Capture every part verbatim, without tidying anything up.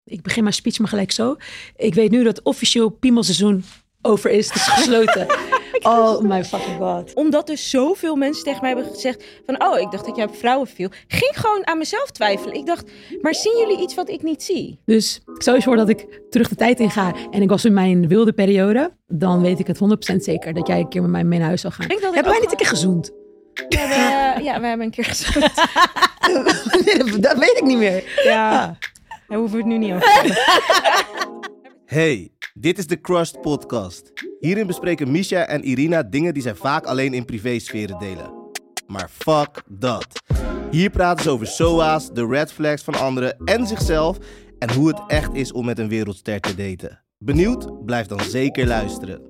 ik begin mijn speech maar gelijk zo. Ik weet nu dat officieel piemelseizoen over is. Het is gesloten. Oh my fucking god. Omdat dus zoveel mensen tegen mij hebben gezegd van... oh, ik dacht dat jij op vrouwen viel. Ging gewoon aan mezelf twijfelen. Ik dacht, maar zien jullie iets wat ik niet zie? Dus stel je voor dat ik terug de tijd in ga... en ik was in mijn wilde periode... dan weet ik het honderd procent zeker... dat jij een keer met mij mee naar huis zou gaan. Ik Hebben wij niet een keer gezoend? We hebben, uh, ja, we hebben een keer gezoend. nee, dat weet ik niet meer. Ja, daar hoeven we het nu niet over te hebben. Hey, dit is de Crushed Podcast. Hierin bespreken Misha en Irina dingen die zij vaak alleen in privésferen delen. Maar fuck dat. Hier praten ze over S O A's, de red flags van anderen en zichzelf... en hoe het echt is om met een wereldster te daten. Benieuwd? Blijf dan zeker luisteren.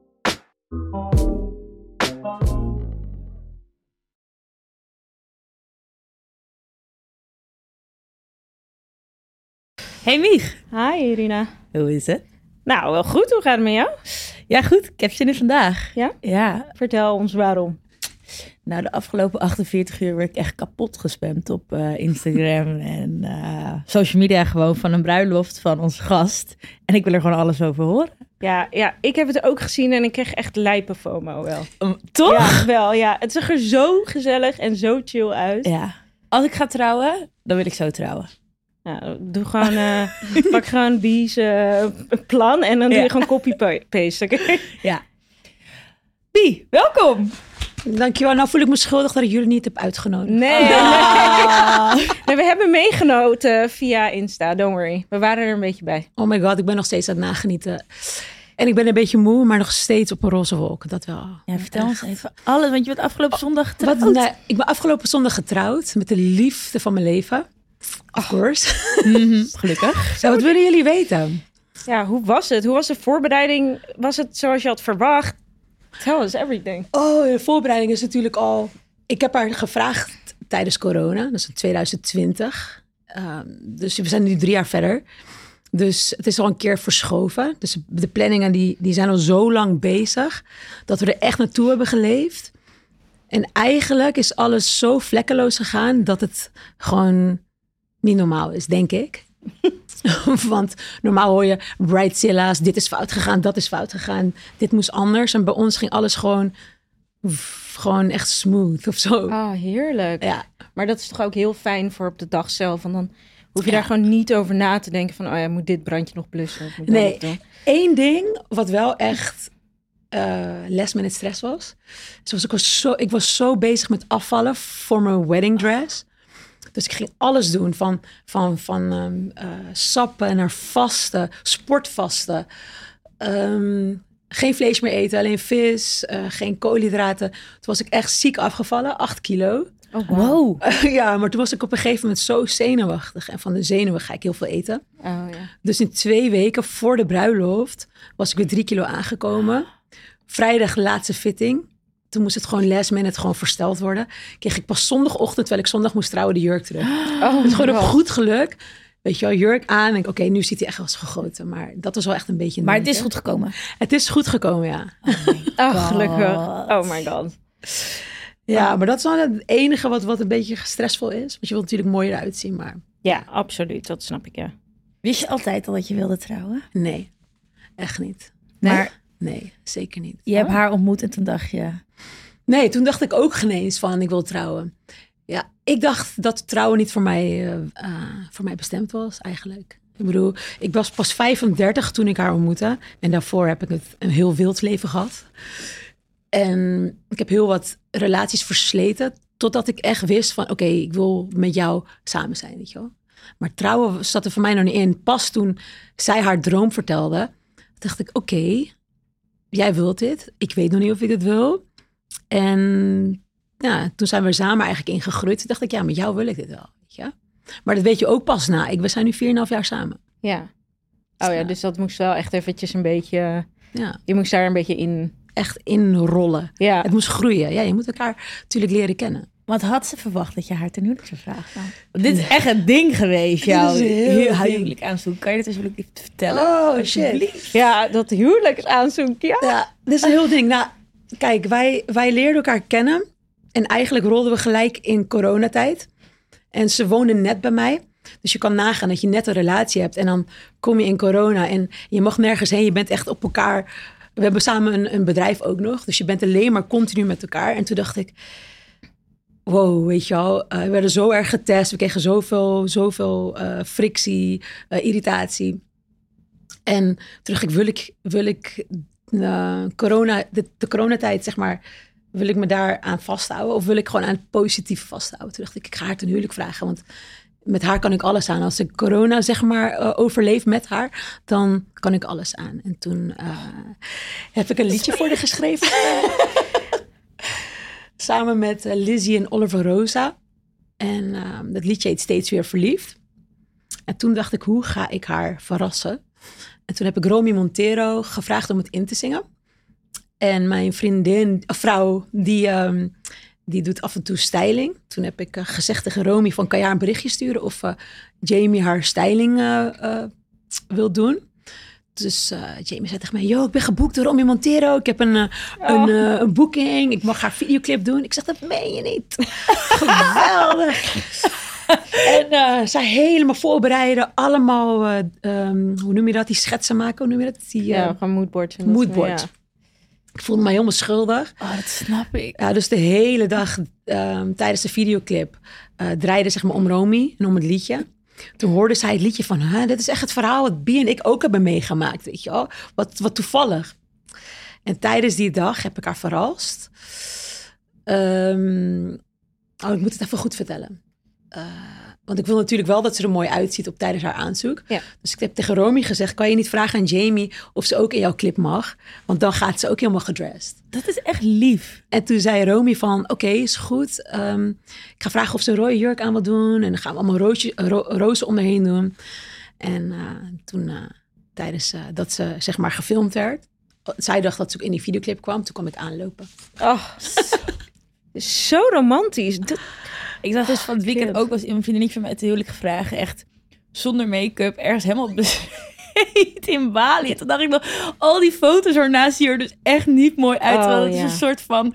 Hey Mich. Hi Irina. Hoe is het? Nou, wel goed. Hoe gaat het met jou? Ja, goed. Ik heb zin in vandaag. Ja? Ja. Vertel ons waarom. Nou, de afgelopen achtenveertig uur werd ik echt kapot gespamd op uh, Instagram en uh, social media gewoon van een bruiloft van onze gast. En ik wil er gewoon alles over horen. Ja, ja, ik heb het ook gezien en ik kreeg echt lijpe FOMO wel. Um, toch? Ja, wel. Ja. Het zag er zo gezellig en zo chill uit. Ja. Als ik ga trouwen, dan wil ik zo trouwen. Ja, doe gewoon, uh, pak gewoon Bie's uh, plan en dan doe je Ja. gewoon copy-paste. Okay? Ja. Bie, welkom. Dankjewel. Nou voel ik me schuldig dat ik jullie niet heb uitgenodigd. Nee, Ah. nee. nee, we hebben meegenoten via Insta, don't worry. We waren er een beetje bij. Oh my god, ik ben nog steeds aan het nagenieten. En ik ben een beetje moe, maar nog steeds op een roze wolk. Dat wel. Ja, vertel ons even alles, want je bent afgelopen zondag Wat, getrouwd. nou, ik ben afgelopen zondag getrouwd met de liefde van mijn leven. Of course. Mm-hmm, gelukkig. Ja, wat willen jullie weten? Ja, hoe was het? Hoe was de voorbereiding? Was het zoals je had verwacht? Tell us everything. Oh, de voorbereiding is natuurlijk al... Ik heb haar gevraagd tijdens corona. Dat is in twintig twintig. Um, dus we zijn nu drie jaar verder. Dus het is al een keer verschoven. Dus de planningen die, die zijn al zo lang bezig... dat we er echt naartoe hebben geleefd. En eigenlijk is alles zo vlekkeloos gegaan... dat het gewoon niet normaal is, denk ik. Want normaal hoor je bridezilla's, dit is fout gegaan, dat is fout gegaan, dit moest anders. En bij ons ging alles gewoon, gewoon echt smooth of zo. Oh, heerlijk. Ja. Maar dat is toch ook heel fijn voor op de dag zelf. Want dan hoef je Ja. daar gewoon niet over na te denken van... oh ja, moet dit brandje nog blussen? Of moet dat Nee, nog doen? één ding wat wel echt uh, last minute stress was. Zoals ik, was zo, ik was zo bezig met afvallen voor mijn wedding dress... Dus ik ging alles doen, van, van, van um, uh, sappen naar vasten, sportvasten. Um, geen vlees meer eten, alleen vis, uh, geen koolhydraten. Toen was ik echt ziek afgevallen, acht kilo. Oh, Wow. Uh, ja, maar toen was ik op een gegeven moment zo zenuwachtig. En van de zenuwen ga ik heel veel eten. Oh, ja. Dus in twee weken voor de bruiloft was ik weer drie kilo aangekomen. Vrijdag laatste fitting. Toen moest het gewoon last minute gewoon versteld worden. Kreeg ik pas zondagochtend, terwijl ik zondag moest trouwen, de jurk terug. Oh, Dus gewoon op God. goed geluk. Weet je wel, jurk aan. En ik, oké, nu ziet hij echt als gegoten. Maar dat was wel echt een beetje... een Maar het is dingetje. goed gekomen. Het is goed gekomen, ja. Oh, gelukkig. God. Oh my god. Ja, maar dat is wel het enige wat, wat een beetje stressvol is. Want je wilt natuurlijk mooier uitzien, maar Ja, absoluut. Dat snap ik, ja. Wist je altijd al dat je wilde trouwen? nee. Echt niet. Nee? Maar nee, zeker niet. Je hebt haar ontmoet en toen dacht je... Nee, toen dacht ik ook geen eens van ik wil trouwen. Ja, ik dacht dat trouwen niet voor mij, uh, uh, voor mij bestemd was eigenlijk. Ik bedoel, ik was pas vijfendertig toen ik haar ontmoette. En daarvoor heb ik het een heel wild leven gehad. En ik heb heel wat relaties versleten. Totdat ik echt wist van oké, okay, ik wil met jou samen zijn, weet je wel. Maar trouwen zat er voor mij nog niet in. Pas toen zij haar droom vertelde, dacht ik oké, okay, jij wilt dit. Ik weet nog niet of ik dit wil. En ja, toen zijn we samen eigenlijk ingegroeid. Toen dacht ik, ja, met jou wil ik dit wel. Weet je? Maar dat weet je ook pas na. Ik, we zijn nu vier en een half jaar samen. Ja. Oh ja, dus dat moest wel echt eventjes een beetje... Ja, Je moest daar een beetje in... echt inrollen. Ja. Het moest groeien. Ja, je moet elkaar natuurlijk leren kennen. Wat had ze verwacht dat je haar ten huwelijk zou vragen? Nou, dit is echt een ding geweest, jouw Dit is een heel hu- ding. huwelijk aanzoek. Kan je dat alsjeblieft even vertellen? Oh, shit. Alsjeblieft. Ja, dat huwelijksaanzoek, ja. Ja, dit is een heel ding. Nou, kijk, wij, wij leerden elkaar kennen. En eigenlijk rolden we gelijk in coronatijd. En ze woonde net bij mij. Dus je kan nagaan dat je net een relatie hebt en dan kom je in corona en je mag nergens heen. Je bent echt op elkaar. We hebben samen een, een bedrijf ook nog. Dus je bent alleen maar continu met elkaar. En toen dacht ik, wow, weet je wel. Uh, we werden zo erg getest. We kregen zoveel, zoveel uh, frictie, uh, irritatie. En toen dacht ik, wil ik, wil ik uh, corona, de, de coronatijd, zeg maar, wil ik me daar aan vasthouden? Of wil ik gewoon aan het positieve vasthouden? Toen dacht ik, ik ga haar ten huwelijk vragen. Want met haar kan ik alles aan. Als ik corona, zeg maar, uh, overleef met haar, dan kan ik alles aan. En toen uh, heb ik een liedje voor haar geschreven. Samen met uh, Lizzie en Oliver Rosa. En uh, dat liedje heet Steeds Weer Verliefd. En toen dacht ik, hoe ga ik haar verrassen? En toen heb ik Romy Montero gevraagd om het in te zingen. En mijn vriendin, of vrouw, die, um, die doet af en toe styling. Toen heb ik uh, gezegd tegen Romy van, kan je haar een berichtje sturen of uh, Jamie haar styling uh, uh, wil doen? Dus uh, Jamie zei tegen mij, yo, ik ben geboekt door Romy Montero. Ik heb een, uh, oh. een, uh, een boeking. Ik mag haar videoclip doen. Ik zeg, dat meen je niet. Geweldig. En uh, zij helemaal voorbereiden. Allemaal, uh, um, hoe noem je dat? Die schetsen maken. Hoe noem je dat? Die, uh, ja, gewoon moodboards. Moodboard. Ja. Ik voelde me helemaal schuldig. Oh, dat snap ik. Ja, dus de hele dag um, tijdens de videoclip uh, draaide zeg maar om Romy en om het liedje. Toen hoorde zij het liedje van, huh, dit is echt het verhaal wat Bie en ik ook hebben meegemaakt. Weet je wel? Wat, wat toevallig. En tijdens die dag heb ik haar verrast. Um, oh, ik moet het even goed vertellen. Uh, want ik wil natuurlijk wel dat ze er mooi uitziet op tijdens haar aanzoek. Ja. Dus ik heb tegen Romy gezegd, kan je niet vragen aan Jamie of ze ook in jouw clip mag? Want dan gaat ze ook helemaal gedressed. Dat is echt lief. En toen zei Romy van, oké, okay, is goed. Um, ik ga vragen of ze een rode jurk aan wil doen. En dan gaan we allemaal roosje, ro- rozen om haar heen doen. En uh, toen, uh, tijdens uh, dat ze zeg maar gefilmd werd, zij dacht dat ze ook in die videoclip kwam. Toen kwam ik aanlopen. Oh, zo, zo romantisch. Dat... Ik zag dus van het weekend ook was een vriendin van mij te huwelijk gevraagd. Echt zonder make-up, ergens helemaal bezweet in Bali. En toen dacht ik nog, al die foto's ernaast zien er dus echt niet mooi uit. Oh, terwijl het ja. is een soort van,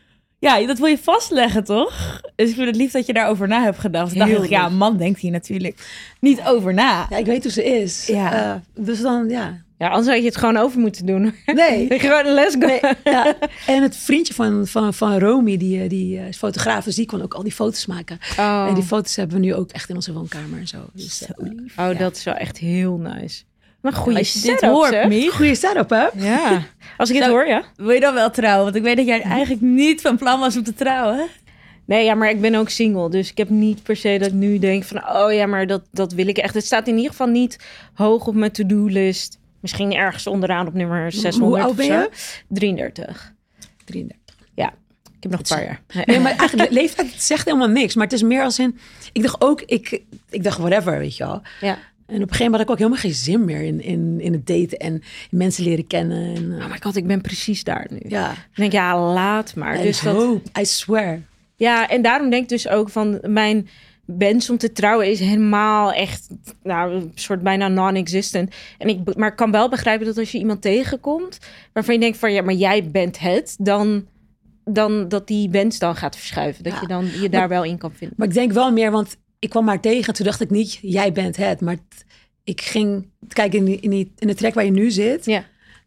ja, dat wil je vastleggen, toch? Dus ik vind het lief dat je daarover na hebt gedacht. Toen dacht ik, ja, een man denkt hier natuurlijk niet over na. Ja, ik weet hoe ze is. Ja. Uh, dus dan, ja... Ja, anders had je het gewoon over moeten doen. Nee. Gewoon let's go. Nee, ja. En het vriendje van, van, van Romy, die, die is fotograaf, dus die kon ook al die foto's maken. Oh. En die foto's hebben we nu ook echt in onze woonkamer en zo. Dus, zo uh, lief. Oh, ja. Dat is wel echt heel nice. Maar goede als je setup, dit hoort, Miek. Goede setup, hè? Ja. Als ik het hoor, ja. Wil je dan wel trouwen? Want ik weet dat jij eigenlijk niet van plan was om te trouwen. Nee, ja, maar ik ben ook single. Dus ik heb niet per se dat ik nu denk van, oh ja, maar dat, dat wil ik echt. Het staat in ieder geval niet hoog op mijn to-do-list. Misschien ergens onderaan op nummer zeshonderd. Hoe oud ben je? drieëndertig. drieëndertig. Ja, ik heb nog een paar jaar. Nee, maar eigenlijk, leeftijd zegt helemaal niks. Maar het is meer als in... Ik dacht ook, ik, ik dacht whatever, weet je wel. Ja. En op een gegeven moment had ik ook helemaal geen zin meer in, in, in het daten en mensen leren kennen. En, uh... oh my god, ik ben precies daar nu. Ja. Ik denk, ja, laat maar. I dus dat... hope, I swear. Ja, en daarom denk ik dus ook van mijn... wens om te trouwen is helemaal echt, nou, een soort bijna non-existent. En ik, maar ik kan wel begrijpen dat als je iemand tegenkomt waarvan je denkt van, ja, maar jij bent het, dan, dan dat die wens dan gaat verschuiven. Dat ja. je dan je daar maar, wel in kan vinden. Maar ik denk wel meer, want ik kwam maar tegen. Toen dacht ik niet, jij bent het. Maar t, ik ging, kijk, in, die, in, die, in de track waar je nu zit. Ja.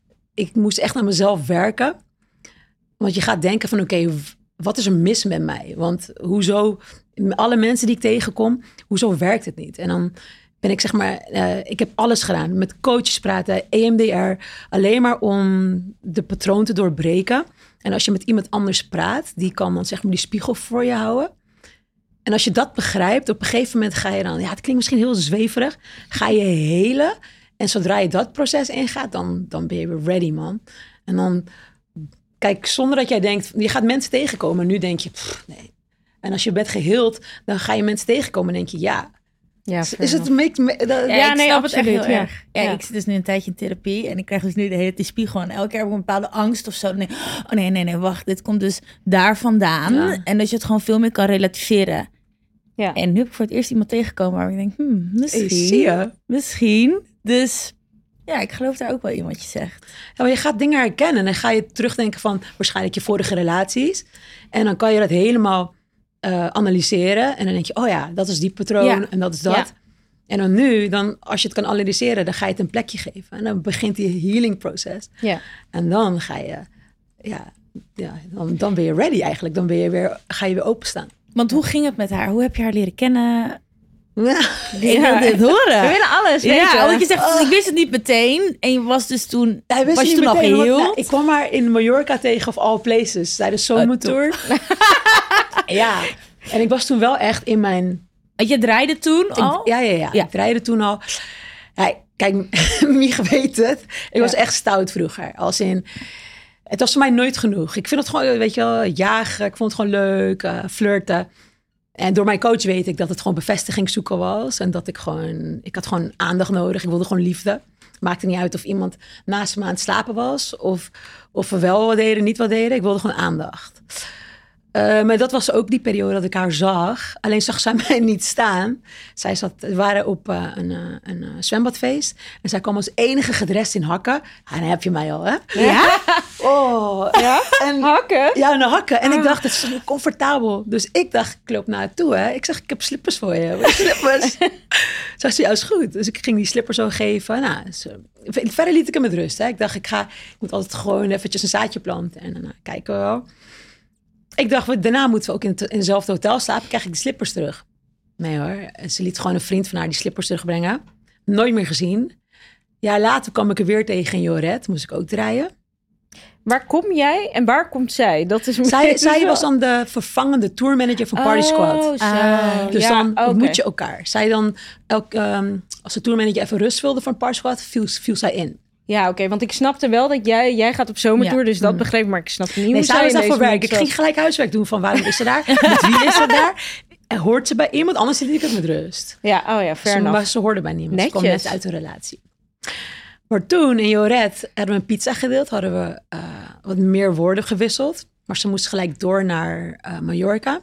Ik moest echt aan mezelf werken. Want je gaat denken van, oké, okay, wat is er mis met mij? Want hoezo... alle mensen die ik tegenkom, hoezo werkt het niet? En dan ben ik zeg maar, uh, ik heb alles gedaan. Met coaches praten, E M D R. Alleen maar om de patroon te doorbreken. En als je met iemand anders praat, die kan dan zeg maar die spiegel voor je houden. En als je dat begrijpt, op een gegeven moment ga je dan... ja, het klinkt misschien heel zweverig. Ga je helen. En zodra je dat proces ingaat, dan, dan ben je weer ready, man. En dan, kijk, zonder dat jij denkt... je gaat mensen tegenkomen. En nu denk je, pff, nee... En als je bent geheeld, dan ga je mensen tegenkomen en denk je, ja. ja is, is het make, me, dat, ja, ja, nee, absoluut. Heel ja. erg. Ja, ja, ik zit dus nu een tijdje in therapie en ik krijg dus nu de hele die spiegel. En elke keer heb ik een bepaalde angst of zo. Nee, oh nee, nee, nee, wacht. Dit komt dus daar vandaan. Ja. En dat je het gewoon veel meer kan relativeren. Ja. En nu heb ik voor het eerst iemand tegengekomen waar ik denk, hmm, misschien. Zie je? Misschien. Dus ja, ik geloof daar ook wel in wat je zegt. Ja, maar je gaat dingen herkennen en dan ga je terugdenken van waarschijnlijk je vorige relaties. En dan kan je dat helemaal... Uh, analyseren en dan denk je, oh ja, dat is die patroon ja. en dat is dat. Ja. En dan nu, dan, als je het kan analyseren, dan ga je het een plekje geven. En dan begint die healing proces. Ja. En dan ga je, ja, ja dan, dan ben je ready eigenlijk. Dan ben je weer, ga je weer openstaan. Want hoe ging het met haar? Hoe heb je haar leren kennen? Ja. Ik wil dit horen. We willen alles, weet Ja, je. want je zegt, oh. ik wist het niet meteen. En je was dus toen, Hij wist was je niet toen meteen, al want, geheeld? nou, ik kwam haar in Mallorca tegen, of all places, tijdens de zomertour. Uh, ja, en ik was toen wel echt in mijn... Want je draaide toen al? Ik, ja, ja, ja, ja. Ik draaide toen al. Ja, kijk, Mich weet het. Ik ja. was echt stout vroeger. Als in, het was voor mij nooit genoeg. Ik vind het gewoon, weet je wel, jagen. Ik vond het gewoon leuk, uh, flirten. En door mijn coach weet ik dat het gewoon bevestiging zoeken was. En dat ik gewoon, ik had gewoon aandacht nodig. Ik wilde gewoon liefde. Maakte niet uit of iemand naast me aan het slapen was. Of, of we wel wat deden, niet wat deden. Ik wilde gewoon aandacht. Uh, maar dat was ook die periode dat ik haar zag. Alleen zag zij mij niet staan. Zij zat, we waren op uh, een, uh, een uh, zwembadfeest. En zij kwam als enige gedrest in hakken. Ah, dan heb je mij al, hè? Ja? Oh. Ja? En hakken? Ja, een hakken. En ah. ik dacht, het is zo comfortabel. Dus ik dacht, ik loop naar haar toe, hè? Ik zeg, ik heb slippers voor je. Slippers. Zij zei, ja, is goed. Dus ik ging die slippers zo geven. Nou, dus, uh, verder liet ik hem met rust, hè? Ik dacht, ik ga, ik moet altijd gewoon eventjes een zaadje planten. En dan uh, kijken we wel. Ik dacht, daarna moeten we ook in, het, in hetzelfde hotel slapen. Krijg ik die slippers terug. Nee hoor. Ze liet gewoon een vriend van haar die slippers terugbrengen. Nooit meer gezien. Ja, later kwam ik er weer tegen in Joret. Moest ik ook draaien. Waar kom jij en waar komt zij? Dat is zij zij was dan de vervangende tourmanager van Party Squad. Oh, ah, dus ja, dan okay. ontmoet je elkaar. Zij dan, elk, um, als de tourmanager even rust wilde van Party Squad, viel, viel zij in. Ja, oké, okay, want ik snapte wel dat jij, jij gaat op zomertour, ja. dus dat mm. begreep ik, maar ik snapte niet nee, hoe zij was daar voor werk. Ik ging gelijk huiswerk doen van waarom is ze daar? Met wie is ze daar? En hoort ze bij iemand? Anders zit ik het met rust. Ja, oh ja, fair enough. Maar ze hoorde bij niemand. Netjes. Ze kwam net uit een relatie. Maar toen in Joret hadden we een pizza gedeeld. Hadden we uh, wat meer woorden gewisseld. Maar ze moest gelijk door naar uh, Mallorca.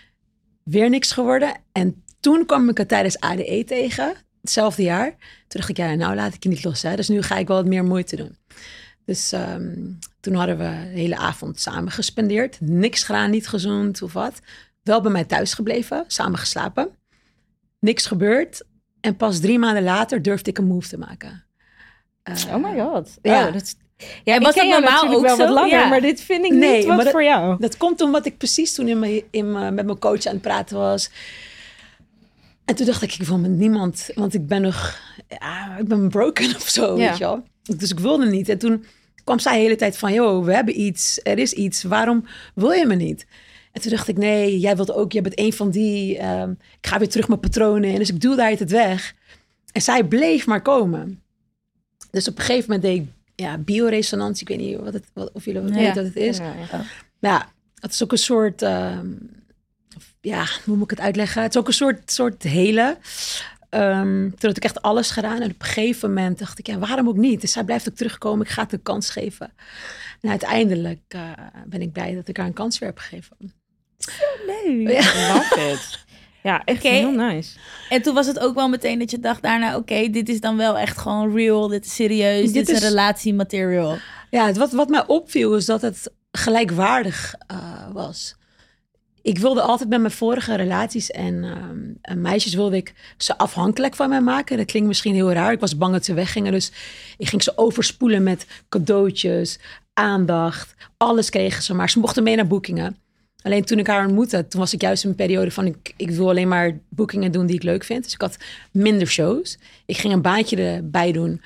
Weer niks geworden. En toen kwam ik haar tijdens A D E tegen. Hetzelfde jaar. Toen dacht ik, ja, nou laat ik je niet los. Hè? Dus nu ga ik wel wat meer moeite doen. Dus um, toen hadden we de hele avond samen gespendeerd. Niks gedaan, niet gezoend of wat. Wel bij mij thuis gebleven, samen geslapen. Niks gebeurd. En pas drie maanden later durfde ik een move te maken. Uh, oh my god. Ja. Oh, dat, ja, en was dat normaal ook wel zo? Wat langer, ja. Maar dit vind ik nee, niet wat dat, voor jou. Dat komt omdat ik precies toen in mijn, in mijn, met mijn coach aan het praten was. En toen dacht ik, ik wil met niemand, want ik ben nog, ja, ik ben broken of zo, ja. weet je wel. Dus ik wilde niet. En toen kwam zij de hele tijd van, joh, we hebben iets, er is iets, waarom wil je me niet? En toen dacht ik, nee, jij wilt ook, jij bent een van die, um, ik ga weer terug mijn patronen in. Dus ik duwde het weg. En zij bleef maar komen. Dus op een gegeven moment deed ik, ja, bioresonantie, ik weet niet wat het, wat, of jullie ja. weten wat het is. Ja, ja. ja, het is ook een soort... Um, ja, hoe moet ik het uitleggen? Het is ook een soort, soort hele. Um, toen had ik echt alles gedaan. En op een gegeven moment dacht ik, ja, waarom ook niet? Dus zij blijft ook terugkomen. Ik ga het een kans geven. En uiteindelijk uh, ben ik blij dat ik haar een kans weer heb gegeven. Zo leuk. Ja. Love it. Ja, echt okay. Heel nice. En toen was het ook wel meteen dat je dacht daarna, oké, okay, dit is dan wel echt gewoon real. Dit is serieus. Dit, dit is een relatiematerial. Ja, het, wat, wat mij opviel is dat het gelijkwaardig uh, was. Ik wilde altijd met mijn vorige relaties en, um, en meisjes wilde ik ze afhankelijk van mij maken. Dat klinkt misschien heel raar. Ik was bang dat ze weggingen. Dus ik ging ze overspoelen met cadeautjes, aandacht. Alles kregen ze, maar ze mochten mee naar boekingen. Alleen toen ik haar ontmoette, toen was ik juist in een periode van... Ik, ik wil alleen maar boekingen doen die ik leuk vind. Dus ik had minder shows. Ik ging een baantje erbij doen.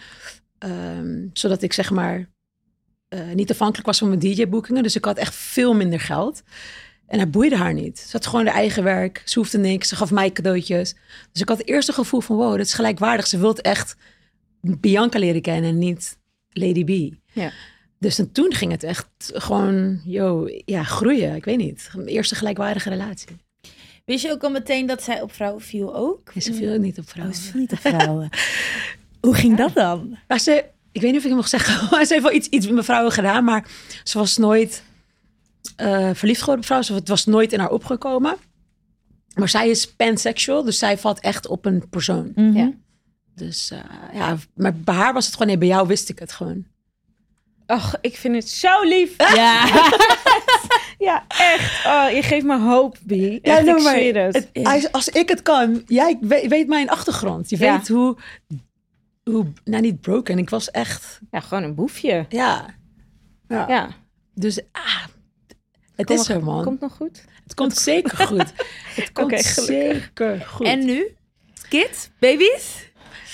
Um, zodat ik zeg maar uh, niet afhankelijk was van mijn D J-boekingen. Dus ik had echt veel minder geld. En dat boeide haar niet. Ze had gewoon haar eigen werk. Ze hoefde niks. Ze gaf mij cadeautjes. Dus ik had het eerste gevoel van... wow, dat is gelijkwaardig. Ze wil echt Bianca leren kennen en niet Lady B. Ja. Dus en toen ging het echt gewoon... yo, ja, groeien. Ik weet niet. Eerste gelijkwaardige relatie. Wist je ook al meteen dat zij op vrouwen viel ook? Ja, ze viel niet op vrouwen. Oh, ze viel niet op vrouwen. Hoe ging dat dan? Maar ze, ik weet niet of ik hem mag zeggen. Ze heeft wel iets, iets met vrouwen gedaan. Maar ze was nooit... Uh, verliefd geworden op vrouwen. Het was nooit in haar opgekomen. Maar zij is pansexual. Dus zij valt echt op een persoon. Mm-hmm. Ja. Dus uh, ja, maar bij haar was het gewoon... nee, bij jou wist ik het gewoon. Ach, ik vind het zo lief. Ja. Ja, echt. Oh, je geeft me hoop, B. Echt, Ja, nou, ik maar zweer het. het- als- Als ik het kan, jij weet, weet mijn achtergrond. Je Ja. weet hoe, hoe, nou niet broken. Ik was echt, Ja, gewoon een boefje. ja. ja. Ja. Dus, ah, het Kom is nog- er, man. Komt nog goed? Het komt zeker goed. Het komt Oké, gelukkig. zeker goed. En nu? Kids? Baby's?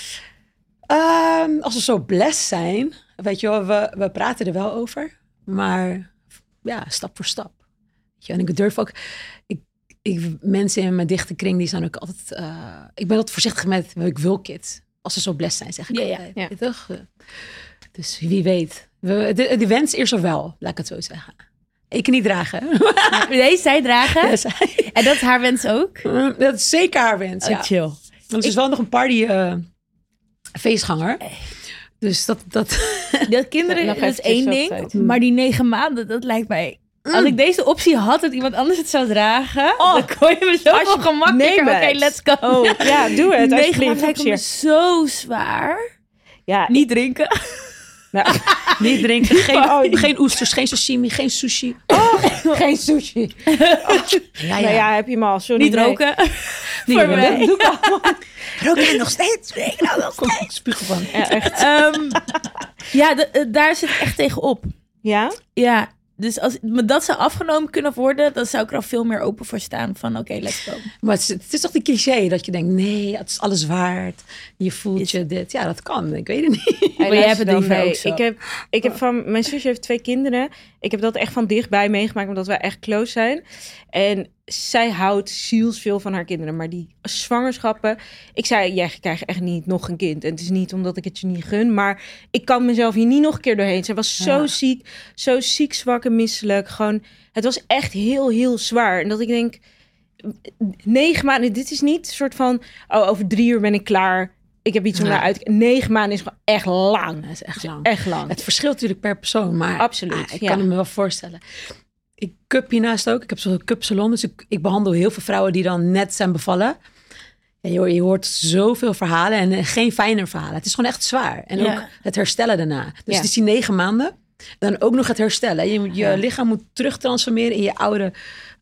Ehm, als we zo blessed zijn, weet je wel, we, we praten er wel over. Maar ja, stap voor stap. Weet je, en ik durf ook... Ik, ik, mensen in mijn dichte kring, die zijn ook altijd... eh, ik ben altijd voorzichtig met, ik wil kids. Als ze zo blessed zijn, zeg ik Ja, ja. altijd. Ja. Weet je toch? Dus wie weet. We, de, de wens is er wel, laat ik het zo zeggen. Ik niet dragen. Nee, zij dragen. Ja, zij- En dat is haar wens ook? Dat is zeker haar wens, Oh, ja. chill. Want ze is wel nog een party eh, feestganger. Dus dat... dat Dat kinderen, Nog dat is eventjes één op ding. tijd. Maar die negen maanden, dat lijkt mij... Als ik deze optie had dat iemand anders het zou dragen, Oh, dan kon je me zoveel als je- gemakkelijker. neem Oké, het. let's go. Oh, ja, doe het. Die negen Alsjeblieft, maanden lijkt me optie. zo zwaar. Ja, Niet drinken. nou, niet drinken, geen, Oh, geen oesters, geen sashimi, geen sushi. geen sushi. Ja, Nou ja, heb je hem al. Sorry. Niet nee. roken. Niet Voor doen. mij. Dat doe ik allemaal. Rook jij nog steeds? Ik nou nog steeds. Spugen van. Ja, echt. Ehm, ja, de- eh, daar zit ik echt tegen op. Ja? Ja, dus als me dat zou afgenomen kunnen worden, dan zou ik er al veel meer open voor staan. Van oké, let's go. Maar het is, het is toch die cliché dat je denkt, nee, het is alles waard. Je voelt je dit. Ja, dat kan. Ik weet het niet. Hey, Maar jij luister hebt het dan, liever nee. ook zo. Ik heb, ik heb van... Mijn zusje heeft twee kinderen. Ik heb dat echt van dichtbij meegemaakt, omdat wij echt close zijn. En zij houdt zielsveel van haar kinderen. Maar die zwangerschappen... Ik zei, jij krijgt echt niet nog een kind. En het is niet omdat ik het je niet gun. Maar ik kan mezelf hier niet nog een keer doorheen. Zij was zo Ja. ziek. Zo ziek, zwak en misselijk. Gewoon, het was echt heel, heel zwaar. En dat ik denk... Negen maanden, dit is niet een soort van... Oh, over drie uur ben ik klaar. Ik heb iets om Ja. naar uit te... Negen maanden is gewoon echt lang. Dat is echt lang. Echt lang. Het verschilt natuurlijk per persoon, maar Absoluut, ah, ik ja. kan het me wel voorstellen. Ik cup hiernaast ook. Ik heb zo'n cupsalon, dus ik, ik behandel heel veel vrouwen die dan net zijn bevallen. Ja, je, hoort, je hoort zoveel verhalen en eh, geen fijne verhalen. Het is gewoon echt zwaar. En Ja. ook het herstellen daarna. Dus Ja. het is die negen maanden. Dan ook nog het herstellen. Je, moet- je Ja. lichaam moet terug transformeren in je oude...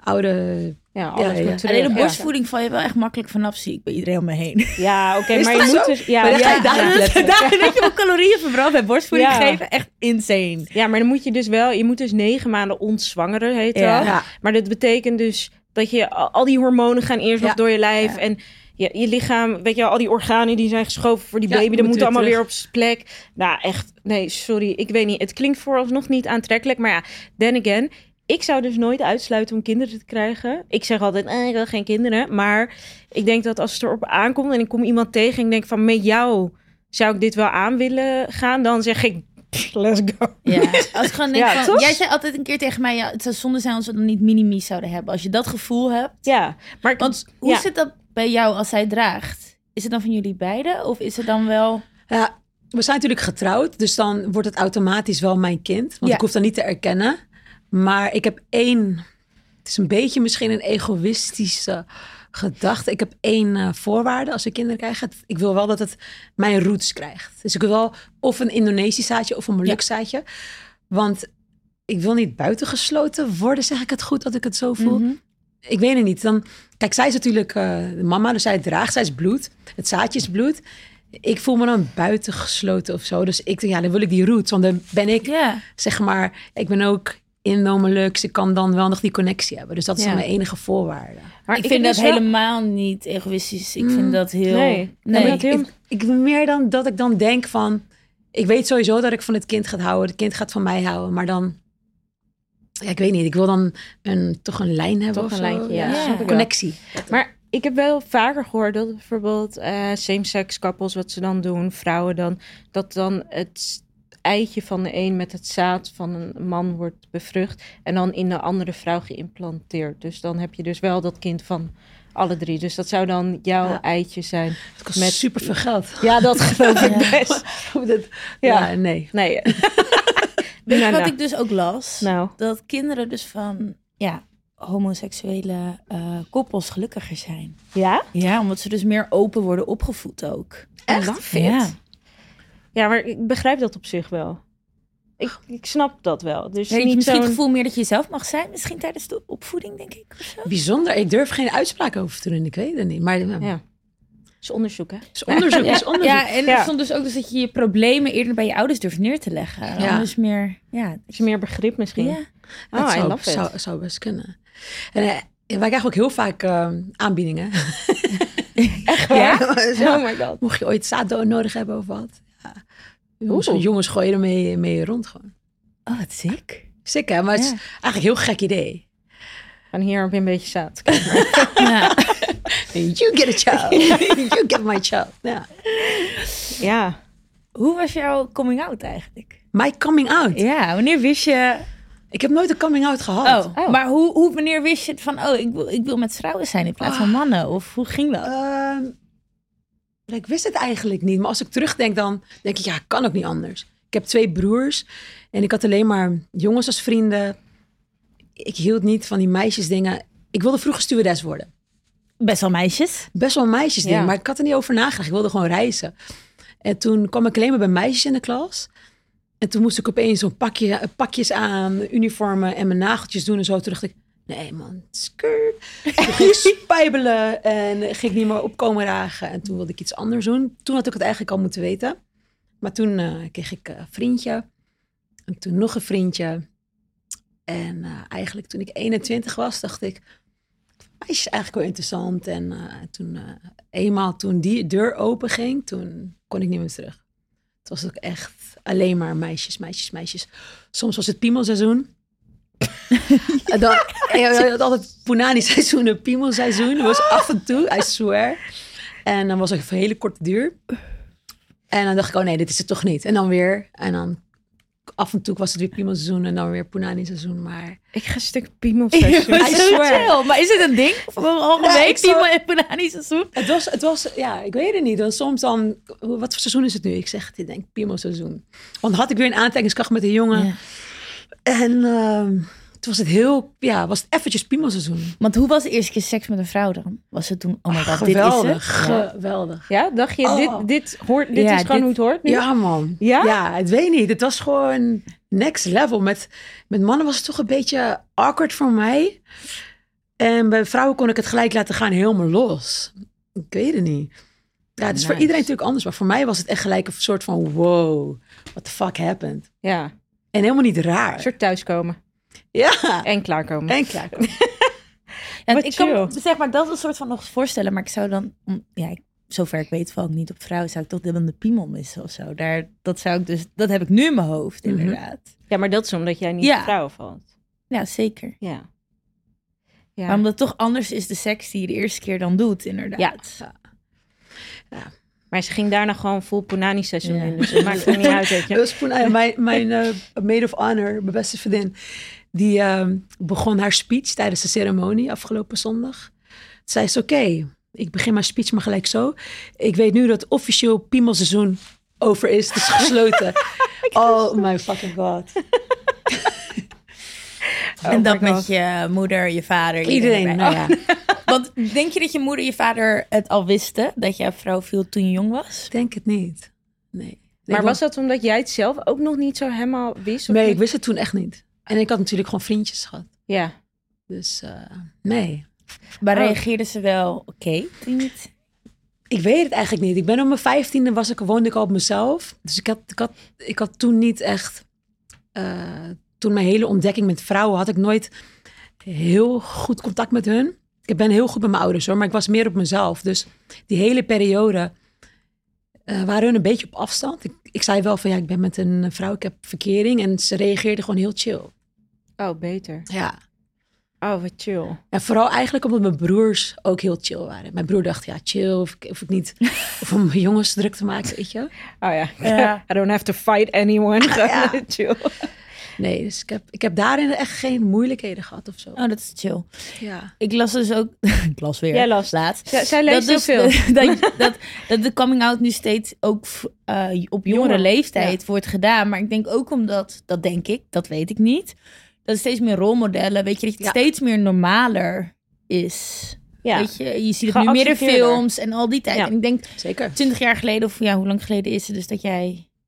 oude Ja, alles Ja, moet ja. terug. Alleen de Ja. borstvoeding val je wel echt makkelijk vanaf, zie ik bij iedereen om me heen. Ja, oké, Is maar dat je zo? moet dus... Ja, Maar dan ga je ja, daar ja. op letten. Daar dat je wel calorieën verbrandt bij borstvoeding Ja. geven, echt insane. Ja, maar dan moet je dus wel... Je moet dus negen maanden ontzwangeren, heet Ja. dat. Ja. Maar dat betekent dus dat je... Al, al die hormonen gaan eerst Ja. nog door je lijf. Ja. En je, je lichaam... Weet je, al die organen die zijn geschoven voor die Ja, baby... dat moet moet weer allemaal terug. weer op zijn plek. Nou, echt... Nee, sorry. Ik weet niet. Het klinkt vooralsnog niet aantrekkelijk. Maar ja, then again... Ik zou dus nooit uitsluiten om kinderen te krijgen. Ik zeg altijd, eh, ik wil geen kinderen. Maar ik denk dat als het erop aankomt en ik kom iemand tegen en ik denk van met jou zou ik dit wel aan willen gaan, dan zeg ik, let's go. Ja, als ik gewoon denk Ja, van... toch? Jij zei altijd een keer tegen mij, ja, het zou zonde zijn als we dan niet mini-me zouden hebben. Als je dat gevoel hebt. Ja, maar ik- Want hoe ja. zit dat bij jou als zij draagt? Is het dan van jullie beiden? Of is het dan wel... Ja, we zijn natuurlijk getrouwd, dus dan wordt het automatisch wel mijn kind. Want Ja. ik hoef dat niet te erkennen. Maar ik heb één, het is een beetje misschien een egoïstische gedachte. Ik heb één uh, voorwaarde als we kinderen krijgen. Ik wil wel dat het mijn roots krijgt. Dus ik wil wel of een Indonesisch zaadje of een Moluk zaadje. Want ik wil niet buitengesloten worden, zeg ik het goed, dat ik het zo voel. Mm-hmm. Ik weet het niet. Dan, kijk, zij is natuurlijk uh, de mama, dus zij draagt, zij is bloed. Het zaadje is bloed. Ik voel me dan buitengesloten of zo. Dus ik denk, ja, dan wil ik die roots. Want dan ben ik, Ja. zeg maar, ik ben ook Indo-Molux. Ik kan dan wel nog die connectie hebben. Dus dat is Ja. dan mijn enige voorwaarde. Maar ik heb vind dat dus wel- helemaal niet egoïstisch. Ik Mm, vind dat heel... nee. nee. Ja, ik, heel- ik, ik meer dan dat ik dan denk van... Ik weet sowieso dat ik van het kind ga houden. Het kind gaat van mij houden. Maar dan... Ja, ik weet niet. Ik wil dan een, toch een lijn hebben Toch of een zo. lijntje, ja. Ja. Snap ik wel. Connectie. Maar ik heb wel vaker gehoord dat bijvoorbeeld eh same-sex couples, wat ze dan doen, vrouwen dan, dat dan het eitje van de een met het zaad van een man wordt bevrucht en dan in de andere vrouw geïmplanteerd. Dus dan heb je dus wel dat kind van alle drie. Dus dat zou dan jouw Ja. eitje zijn. Het kost Met- super veel geld. Ja, dat geloof ik Ja. best. Dat- Ja. ja, nee. Nee. Weet je Nou, wat nou. ik dus ook las? Nou, Dat kinderen dus van ja, homoseksuele eh, koppels gelukkiger zijn. ja? Ja, omdat ze dus meer open worden opgevoed ook. Echt? Ja. Ja, maar ik begrijp dat op zich wel. Ik, ik snap dat wel. Dus Weet je niet misschien het zo'n... gevoel meer dat je jezelf mag zijn? Misschien tijdens de opvoeding, denk ik. Of zo? Bijzonder. Ik durf geen uitspraak over te doen. Ik weet het niet. Maar ja. Ja. is onderzoek, hè? is onderzoek. Ja, is onderzoek. ja, en Ja. er stond dus ook dus dat je je problemen eerder bij je ouders durft neer te leggen. Ja. Ja. Dus meer, ja. Is er meer begrip misschien? ja. Oh, Dat I zou, love it. zou, zou best kunnen. En uh, wij krijgen ook heel vaak uh, aanbiedingen. Echt waar? Ja. Oh my god. Mocht je ooit zaaddood nodig hebben of wat. Ja. Oeh. Jongens, jongens gooien er mee, mee rond gewoon. Oh, wat sick. Sick hè, maar het is Ja. eigenlijk een heel gek idee. En hier heb je een beetje zaad. Ja. You get a child. You get my child. Ja. Ja. Hoe was jouw coming out eigenlijk? My coming out. Ja, wanneer wist je... Ik heb nooit een coming out gehad. Oh, Oh. maar hoe, hoe, wanneer wist je het van... Oh, ik wil, ik wil met vrouwen zijn in plaats van mannen? Of hoe ging dat? Ehm, ik wist het eigenlijk niet. Maar als ik terugdenk, dan denk ik, ja, kan ook niet anders. Ik heb twee broers. En ik had alleen maar jongens als vrienden. Ik hield niet van die meisjesdingen. Ik wilde vroeger stewardess worden. Best wel meisjes. Best wel een meisjesding. Ja. Maar ik had er niet over nagedacht. Ik wilde gewoon reizen. En toen kwam ik alleen maar bij meisjes in de klas. En toen moest ik opeens zo'n pakje, pakjes aan, uniformen en mijn nageltjes doen en zo. Toen dacht ik, nee man, skirt. Toen ging ik spijbelen en ging ik niet meer opkomen dagen. En toen wilde ik iets anders doen. Toen had ik het eigenlijk al moeten weten. Maar toen uh, kreeg ik een vriendje. En toen nog een vriendje. En uh, eigenlijk toen ik eenentwintig was, dacht ik, meisje is eigenlijk wel interessant. En uh, toen uh, eenmaal toen die deur open ging, toen kon ik niet meer terug. Het was ook echt alleen maar meisjes, meisjes, meisjes. Soms was het piemelseizoen. Dan, je had altijd Punani-seizoen en piemelseizoen. Dat was af en toe, I swear. En dan was het een hele korte duur. En dan dacht ik, oh nee, dit is het toch niet. En dan weer. En dan af en toe was het weer piemelseizoen en dan weer Punani-seizoen. Maar Ik ga een stuk piemelseizoen. I swear. Chill. Maar is het een ding? Of algemeen? Ja, ik zou- Piemel en Punani seizoen? het was, het was, ja, ik weet het niet. Dan soms dan, wat voor seizoen is het nu? Ik zeg, ik denk piemelseizoen. Want had ik weer een aantrekkingskracht met een jongen. Ja. En uh, toen was het heel, ja, was het eventjes piemelseizoen. Want hoe was de eerste keer seks met een vrouw dan? Was het toen, oh my god, Geweldig, dit is het? geweldig. Ja, dacht je, Oh. dit, dit, hoort, dit Ja, is gewoon dit- hoe het hoort nu? Ja, man. Ja? Ja, het weet niet. Het was gewoon next level. Met, met mannen was het toch een beetje awkward voor mij. En bij vrouwen kon ik het gelijk laten gaan helemaal los. Ik weet het niet. Ja, het is voor Nice. iedereen natuurlijk anders. Maar voor mij was het echt gelijk een soort van wow, what the fuck happened? Ja, En helemaal niet raar. een soort thuiskomen. Ja, En klaarkomen. en klaar. Ja, Wat ik kan me, chill. zeg maar dat een soort van nog voorstellen, maar ik zou dan, om- ja, ik, zover ik weet val ik niet op vrouwen, zou ik toch dan de piemel missen of zo. Daar, dat zou ik dus, dat heb ik nu in mijn hoofd Mhm. inderdaad. Ja, maar dat is omdat jij niet Ja. op vrouwen valt. Ja, zeker. Ja. Ja. Maar omdat het toch anders is de seks die je de eerste keer dan doet, inderdaad. Ja. Maar ze ging daarna gewoon vol Punani-seizoen Ja. in. Dus het maakt er niet uit, weet je. Dat was toen, eh, mijn mijn eh, maid of honor, mijn beste vriendin, die eh, begon haar speech tijdens de ceremonie afgelopen zondag. Toen zei ze, oké, ik begin mijn speech maar gelijk zo. Ik weet nu dat officieel piemelseizoen over is. Het is gesloten. Oh my fucking god. Oh En my dat God. met je moeder, je vader, Iedereen, erbij. nou ja. Want denk je dat je moeder en je vader het al wisten, dat jij vrouw viel toen je jong was? Ik denk het niet. Nee. Maar Ik was dat omdat jij het zelf ook nog niet zo helemaal wist? Of Nee, niet? ik wist het toen echt niet. En ik had natuurlijk gewoon vriendjes gehad. Ja. Dus uh, nee. Maar Oh. reageerden ze wel oké toen je het... Ik weet het eigenlijk niet. Ik ben op mijn vijftiende was ik, woonde ik al op mezelf. Dus ik had, ik had, ik had toen niet echt... Uh, toen mijn hele ontdekking met vrouwen had ik nooit heel goed contact met hun. Ik ben heel goed met mijn ouders hoor, maar ik was meer op mezelf. Dus die hele periode uh, waren hun een beetje op afstand. Ik, ik zei wel van ja, ik ben met een vrouw, ik heb verkering. En ze reageerden gewoon heel chill. Oh, beter. Ja. Oh, wat chill. En vooral eigenlijk omdat mijn broers ook heel chill waren. Mijn broer dacht, ja, chill, of ik, of ik niet... of om jongens druk te maken, weet je. Oh ja. Ja. I don't have to fight anyone. Ja. Chill. Nee, dus ik heb, ik heb daarin echt geen moeilijkheden gehad of zo. Oh, dat is chill. Ja. Ik las dus ook... ik las weer. Jij las. laatst. Ja, zij leest dat, heel dus veel. de- dat, dat, dat de coming out nu steeds ook uh, op jongere Jonger, leeftijd ja. wordt gedaan. Maar ik denk ook omdat, dat denk ik, dat weet ik niet, dat er steeds meer rolmodellen, weet je, dat het Ja. steeds meer normaler is. Ja. Weet je, je ziet het nu meer in Geaccepteerder. films en al die tijd. Ja. En ik denk Zeker. twintig jaar geleden, of ja, hoe lang geleden is het dus dat jij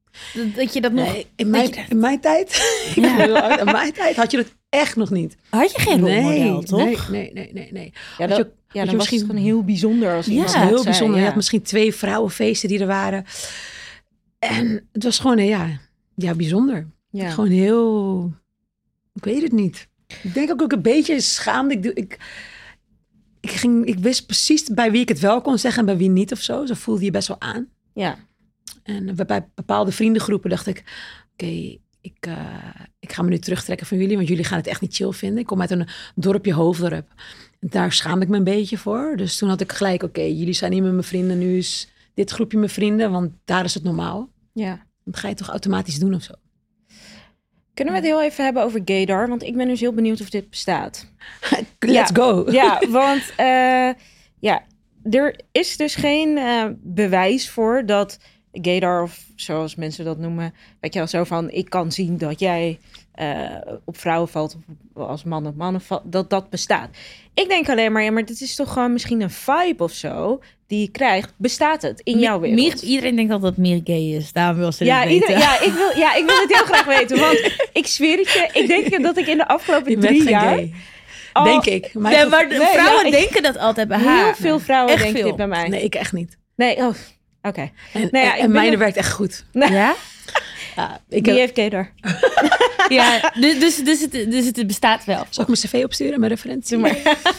Dat, dat je dat nog... Nee, in, mijn, je... in mijn tijd... Ja. in mijn tijd had je dat echt nog niet. Had je geen rolmodel, nee, toch? Nee, nee, nee, nee. nee. Ja, dat, dat, je, ja, dan je was het gewoon heel bijzonder als Ja, iemand Het was heel dat zei, bijzonder. ja. Je had misschien twee vrouwenfeesten die er waren. En het was gewoon, ja, ja bijzonder. Ja. Gewoon heel... Ik weet het niet. Ik denk ook, ook een beetje schaamde. Ik, doe- ik, ik, ging, ik wist precies bij wie ik het wel kon zeggen en bij wie niet of zo. Zo voelde je best wel aan. Ja. En bij bepaalde vriendengroepen dacht ik... Oké, okay, ik, uh, ik ga me nu terugtrekken van jullie... want jullie gaan het echt niet chill vinden. Ik kom uit een dorpje Hoofddorp. En daar schaam ik me een beetje voor. Dus toen had ik gelijk... Oké, okay, jullie zijn niet meer mijn vrienden. Nu is dit groepje mijn vrienden. Want daar is het normaal. Ja. Dan ga je het toch automatisch doen of zo. Kunnen we het heel even hebben over gaydar? Want ik ben dus heel benieuwd of dit bestaat. Let's ja. go. Ja, want uh, ja, er is dus geen uh, bewijs voor dat gaydar, of zoals mensen dat noemen, weet je wel, zo van, ik kan zien dat jij uh, op vrouwen valt, of als man op mannen valt, dat dat bestaat. Ik denk alleen maar, ja, maar dit is toch gewoon misschien een vibe of zo die je krijgt. Bestaat het in jouw wereld? Meer, iedereen denkt dat dat meer gay is. Daarom wil ze ja, dit ieder, weten. ja, ik wil, ja, ik wil het heel graag weten. Want ik zweer het je, ik denk dat ik in de afgelopen Je bent drie geen jaar... gay. Oh, denk ik. Maar Ja, maar de Nee, vrouwen ja, ik- denken dat altijd bij haar. heel veel vrouwen Echt denken veel. dit bij mij. Nee, ik echt niet. Nee, oh, oké. En, Nou ja, en, ik en ben mijne er- werkt echt goed. Ja? Ja, ik Wie heb, heeft gaydar? Ja, dus, dus, dus, het, dus het bestaat wel. zal ik mijn cv opsturen met referentie? Doe maar.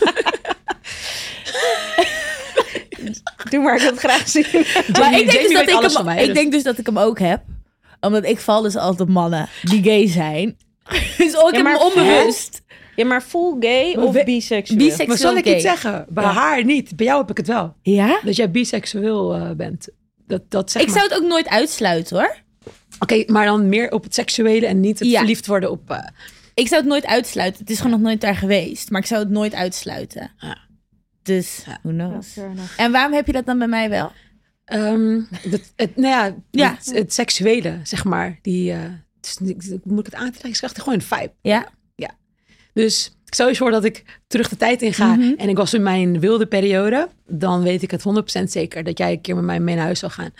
Doe maar, ik wil het graag zien. Maar ik denk, Jamie dus dat weet ik, alles hem, van mij, ik dus. denk dus dat ik hem ook heb. Omdat ik val dus altijd op mannen die gay zijn. Dus ook Ja, in maar- mijn onbewust. Ja, maar full gay Maar of we- biseksueel? Biseksueel. Maar zal ik gay. iets zeggen? Bij Ja. haar niet. Bij jou heb ik het wel. Ja? Dat jij biseksueel uh, bent. Dat, dat zeg Ik maar. zou het ook nooit uitsluiten hoor. Oké, maar dan meer op het seksuele en niet het Ja. verliefd worden op... Uh, Ik zou het nooit uitsluiten. Het is gewoon nog nooit daar geweest. Maar ik zou het nooit uitsluiten. Ja. Dus, Ja. who Ja, knows. fair enough. En waarom heb je dat dan bij mij wel? um, dat, het, nou ja, Ja. Het, het seksuele, zeg maar. Die, uh, het is, niet- moet ik het aantrekken? Het is echt gewoon een vibe. Ja? Dus ik stel je voor dat ik terug de tijd in ga Mhm. en ik was in mijn wilde periode, dan weet ik het honderd procent zeker dat jij een keer met mij mee naar huis zal gaan.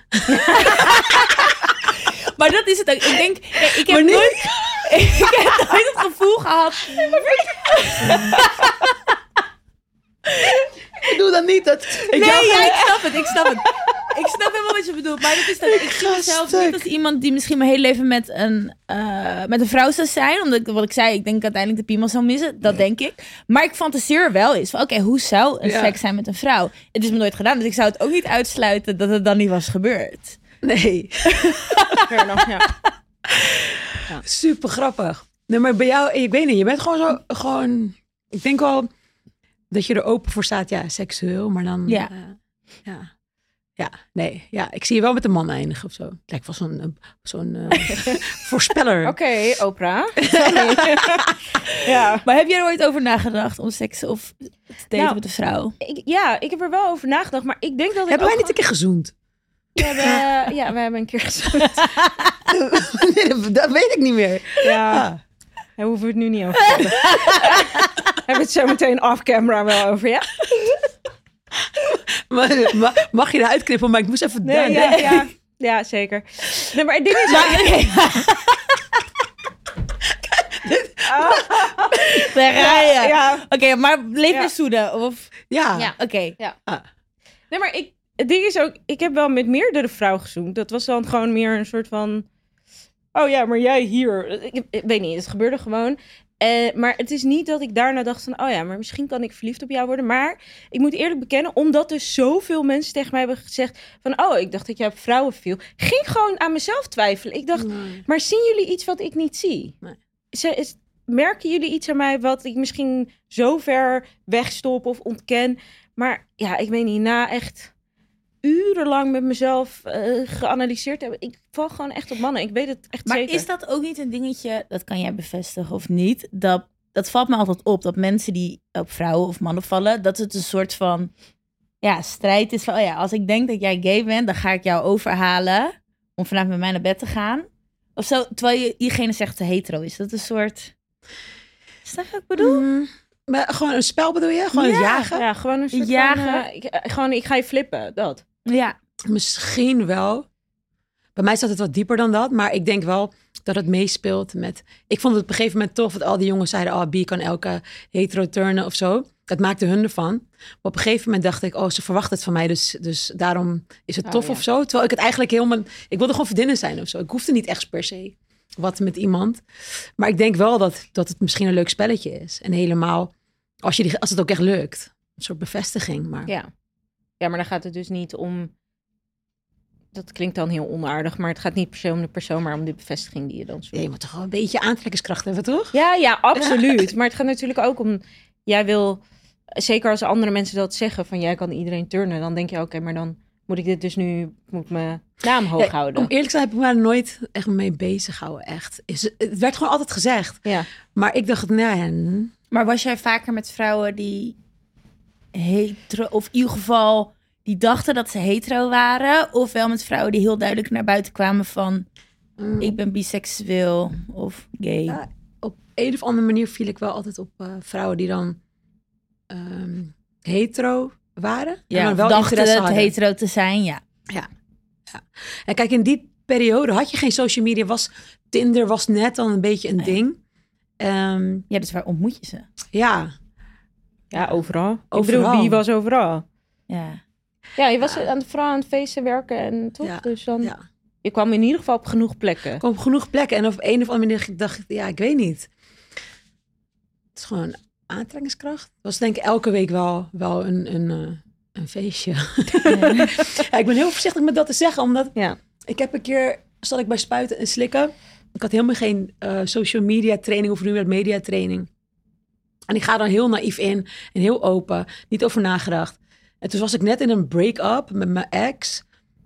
Maar dat is het ook. Ik denk, ja, ik heb Maar nu- nooit, ik heb nooit het gevoel gehad. Ik doe dat niet. Dat, ik Nee, jou- ja, ik snap het, ik snap het. Ik snap helemaal wat je bedoelt. Maar dat is dat, ik zie ga mezelf stuk. niet als iemand die misschien mijn hele leven met een, uh, met een vrouw zou zijn. Omdat ik, wat ik zei, ik denk uiteindelijk de piemel zou missen. Dat denk ik. Maar ik fantaseer er wel eens van, oké, hoe zou een Ja. seks zijn met een vrouw? Het is me nooit gedaan, dus ik zou het ook niet uitsluiten dat het dan niet was gebeurd. Nee, Fair enough, ja. super grappig. Nee, maar bij jou, ik weet niet, je bent gewoon zo, gewoon, ik denk wel dat je er open voor staat, ja, seksueel, maar dan, Ja. uh, ja. Ja, nee, ja, ik zie je wel met een man eindigen of zo. Het lijkt wel zo'n uh, zo'n uh, voorspeller. Oké, Oprah. ja. Maar heb jij er ooit over nagedacht om seks of te daten Nou, met een vrouw? Ik, ja, ik heb er wel over nagedacht, maar ik denk dat ik Hebben wij ook niet een keer gezoend? We hebben, ja, we hebben een keer gezegd. Nee, dat, dat weet ik niet meer. Ja, Ah. daar hoeven we het nu niet over te hebben. We hebben het zo meteen off-camera wel over, ja? Maar, ma- mag je eruit knippen? Maar ik moest even Nee, denken. ja, ja, ja, zeker. Nee, maar het ding is... Daar ga je. Ja, ja. Oké, maar leef Ja. met zoenen. Of... Ja. Ja, oké. Nee, maar ik, het ding is ook... Ik heb wel met meerdere vrouwen gezoend. Dat was dan gewoon meer een soort van... Oh ja, maar jij hier. Ik, ik weet niet, het gebeurde gewoon. Eh, maar het is niet dat ik daarna dacht van... Oh ja, maar misschien kan ik verliefd op jou worden. Maar ik moet eerlijk bekennen... Omdat er zoveel mensen tegen mij hebben gezegd... Van oh, ik dacht dat jij op vrouwen viel. Ging gewoon aan mezelf twijfelen. Ik dacht, Nee. maar zien jullie iets wat ik niet zie? Nee. Ze, is, merken jullie iets aan mij wat ik misschien zo ver wegstop of ontken? Maar ja, ik weet niet, na echt urenlang met mezelf uh, geanalyseerd hebben, ik val gewoon echt op mannen. Ik weet het echt Maar zeker. is dat ook niet een dingetje, dat kan jij bevestigen of niet, dat, dat valt me altijd op, dat mensen die op vrouwen of mannen vallen, dat het een soort van ja, strijd is van, oh ja, als ik denk dat jij gay bent, dan ga ik jou overhalen om vanavond met mij naar bed te gaan. Of zo, terwijl je, diegene zegt dat hetero is. Dat is een soort... Snap je wat ik bedoel? Mm, maar gewoon een spel bedoel je? Gewoon Ja. het jagen? Ja, gewoon een soort Jagen. van... uh, ik, uh, gewoon, ik ga je flippen, dat. Ja. Misschien wel. bij mij staat het wat dieper dan dat. Maar ik denk wel dat het meespeelt met... Ik vond het op een gegeven moment tof dat al die jongens zeiden... oh, bi kan elke hetero turnen of zo. Dat maakte hun ervan. Maar op een gegeven moment dacht ik... oh, ze verwacht het van mij, dus, dus daarom is het tof oh, ja. of zo. Terwijl ik het eigenlijk helemaal... Ik wilde gewoon vriendinnen zijn of zo. Ik hoefde niet echt per se wat met iemand. Maar ik denk wel dat, dat het misschien een leuk spelletje is. En helemaal als, je die, als het ook echt lukt. Een soort bevestiging. Maar... Ja. ja, maar dan gaat het dus niet om... Dat klinkt dan heel onaardig, maar het gaat niet per se om de persoon, maar om de bevestiging die je dan zoekt. Nee, je moet toch wel een beetje aantrekkingskracht hebben, toch? Ja, ja, absoluut. Ja. Maar het gaat natuurlijk ook om... Jij wil, zeker als andere mensen dat zeggen, van jij kan iedereen turnen, dan denk je, oké, okay, maar dan moet ik dit dus nu, moet mijn naam hoog ja, houden. Om eerlijk te zijn heb ik me daar nooit echt mee bezig gehouden, echt. Is, het werd gewoon altijd gezegd. Ja. Maar ik dacht, nee. Maar was jij vaker met vrouwen die hetero, of in ieder geval... die dachten dat ze hetero waren... of wel met vrouwen die heel duidelijk naar buiten kwamen van... Mm. ik ben biseksueel of gay? Ja, op een of andere manier viel ik wel altijd op uh, vrouwen die dan um, hetero waren. Ja, en dan wel dachten het hadden. hetero te zijn, ja. ja. Ja. En kijk, in die periode had je geen social media. Was, Tinder was net dan een beetje een nee. ding. Um, ja, dus waar ontmoet je ze? Ja. Ja, overal. overal. Ik bedoel, wie was overal? Ja. Ja, je was ja. aan, vooral aan het feesten werken en toch? Ja. Dus dan, ja. je kwam in ieder geval op genoeg plekken. Ik kwam op genoeg plekken. En op een of andere manier dacht ik, ja, ik weet niet. Het is gewoon aantrekkingskracht. Het was denk ik elke week wel, wel een, een, een, een feestje. Ja. Ja, ik ben heel voorzichtig met dat te zeggen, omdat ja. ik heb een keer, zat ik bij Spuiten en Slikken. Ik had helemaal geen uh, social media training of nu met media training. En ik ga dan heel naïef in en heel open, niet over nagedacht. En toen was ik net in een break-up met mijn ex.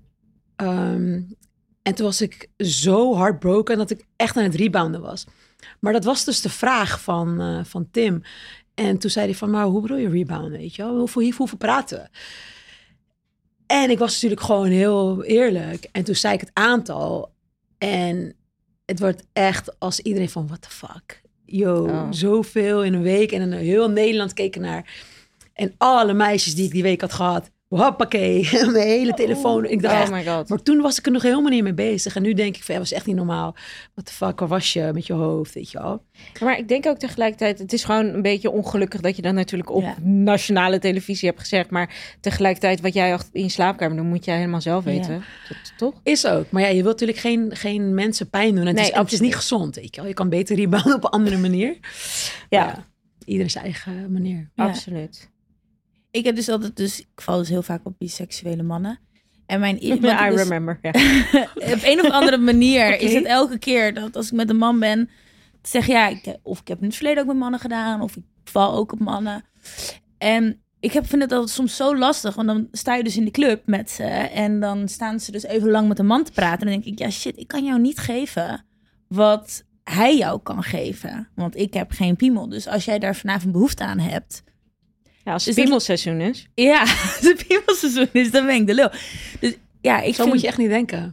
Um, en toen was ik zo heartbroken dat ik echt aan het rebounden was. Maar dat was dus de vraag van, uh, van Tim. En toen zei hij van, maar hoe bedoel je rebounden, weet je wel? Hoeveel, hoeveel praten we? En ik was natuurlijk gewoon heel eerlijk. En toen zei ik het aantal. En het wordt echt als iedereen van, what the fuck? Yo, oh. zoveel in een week. En een heel Nederland keken naar... En alle meisjes die ik die week had gehad, hoppakee, mijn hele telefoon. Ik dacht, oh my God. Maar toen was ik er nog helemaal niet mee bezig. En nu denk ik, van, ja, was echt niet normaal. What the fuck, waar was je met je hoofd, weet je wel? Ja, maar ik denk ook tegelijkertijd, het is gewoon een beetje ongelukkig dat je dan natuurlijk op ja. nationale televisie hebt gezegd. Maar tegelijkertijd, wat jij in je slaapkamer doet, moet jij helemaal zelf weten. Ja. Dat, toch? Is ook. Maar ja, je wilt natuurlijk geen, geen mensen pijn doen. En nee, het, is, het is niet gezond, weet je wel. Je kan beter rebounden op een andere manier. Ja. ja. Ieder zijn eigen manier. Ja. Absoluut. Ik heb dus altijd, dus ik val dus heel vaak op biseksuele mannen. En mijn ja, I dus, remember. Yeah. op een of andere manier okay. is het elke keer dat als ik met een man ben, zeg ja, ik, of ik heb in het verleden ook met mannen gedaan, of ik val ook op mannen. En ik heb, vind het altijd soms zo lastig, want dan sta je dus in de club met ze en dan staan ze dus even lang met een man te praten. En dan denk ik, ja shit, ik kan jou niet geven wat hij jou kan geven, want ik heb geen piemel. Dus als jij daar vanavond behoefte aan hebt. Ja, als het dus piemelseizoen is. Ja, als het piemelseizoen is, dan ben ik de lul. Dus ja, ik Zo vind, moet je echt niet denken.